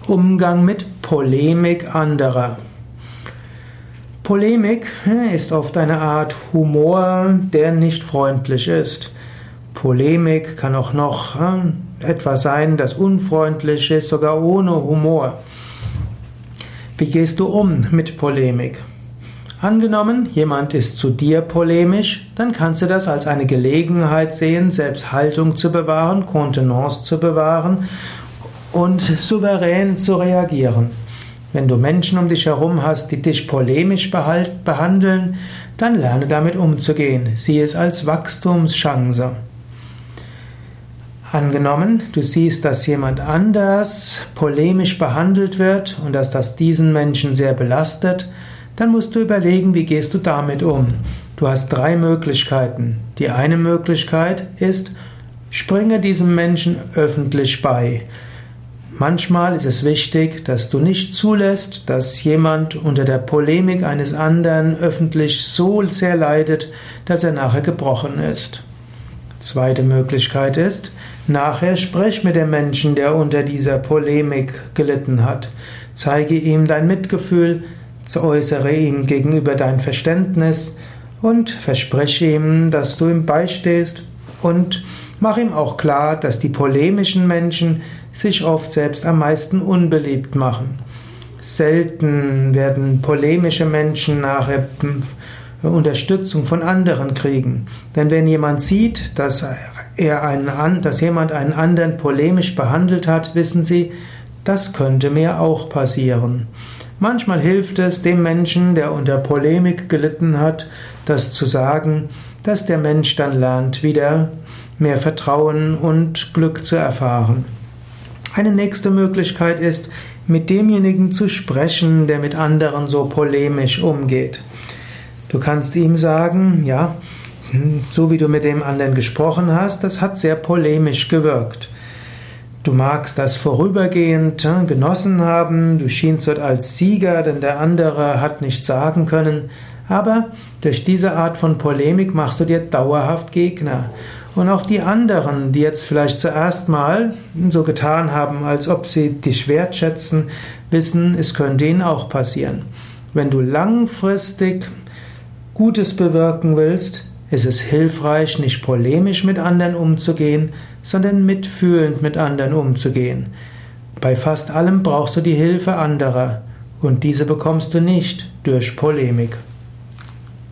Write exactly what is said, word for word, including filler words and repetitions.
Umgang mit Polemik anderer. Polemik ist oft eine Art Humor, der nicht freundlich ist. Polemik kann auch noch etwas sein, das unfreundlich ist, sogar ohne Humor. Wie gehst du um mit Polemik? Angenommen, jemand ist zu dir polemisch, dann kannst du das als eine Gelegenheit sehen, selbst Haltung zu bewahren, Kontenance zu bewahren und souverän zu reagieren. Wenn du Menschen um dich herum hast, die dich polemisch behandeln, dann lerne damit umzugehen. Sieh es als Wachstumschance. Angenommen, du siehst, dass jemand anders polemisch behandelt wird und dass das diesen Menschen sehr belastet, dann musst du überlegen, wie gehst du damit um. Du hast drei Möglichkeiten. Die eine Möglichkeit ist, springe diesem Menschen öffentlich bei. Manchmal ist es wichtig, dass du nicht zulässt, dass jemand unter der Polemik eines anderen öffentlich so sehr leidet, dass er nachher gebrochen ist. Zweite Möglichkeit ist, nachher sprich mit dem Menschen, der unter dieser Polemik gelitten hat. Zeige ihm dein Mitgefühl, äußere ihm gegenüber dein Verständnis und verspreche ihm, dass du ihm beistehst und mach ihm auch klar, dass die polemischen Menschen sich oft selbst am meisten unbeliebt machen. Selten werden polemische Menschen nachher Unterstützung von anderen kriegen. Denn wenn jemand sieht, dass, er einen, dass jemand einen anderen polemisch behandelt hat, wissen sie, das könnte mir auch passieren. Manchmal hilft es dem Menschen, der unter Polemik gelitten hat, das zu sagen, dass der Mensch dann lernt, wieder mehr Vertrauen und Glück zu erfahren. Eine nächste Möglichkeit ist, mit demjenigen zu sprechen, der mit anderen so polemisch umgeht. Du kannst ihm sagen, ja, so wie du mit dem anderen gesprochen hast, das hat sehr polemisch gewirkt. Du magst das vorübergehend genossen haben, du schienst dort als Sieger, denn der andere hat nichts sagen können, aber durch diese Art von Polemik machst du dir dauerhaft Gegner. Und auch die anderen, die jetzt vielleicht zuerst mal so getan haben, als ob sie dich wertschätzen, wissen, es könnte ihnen auch passieren. Wenn du langfristig Gutes bewirken willst, ist es hilfreich, nicht polemisch mit anderen umzugehen, sondern mitfühlend mit anderen umzugehen. Bei fast allem brauchst du die Hilfe anderer und diese bekommst du nicht durch Polemik.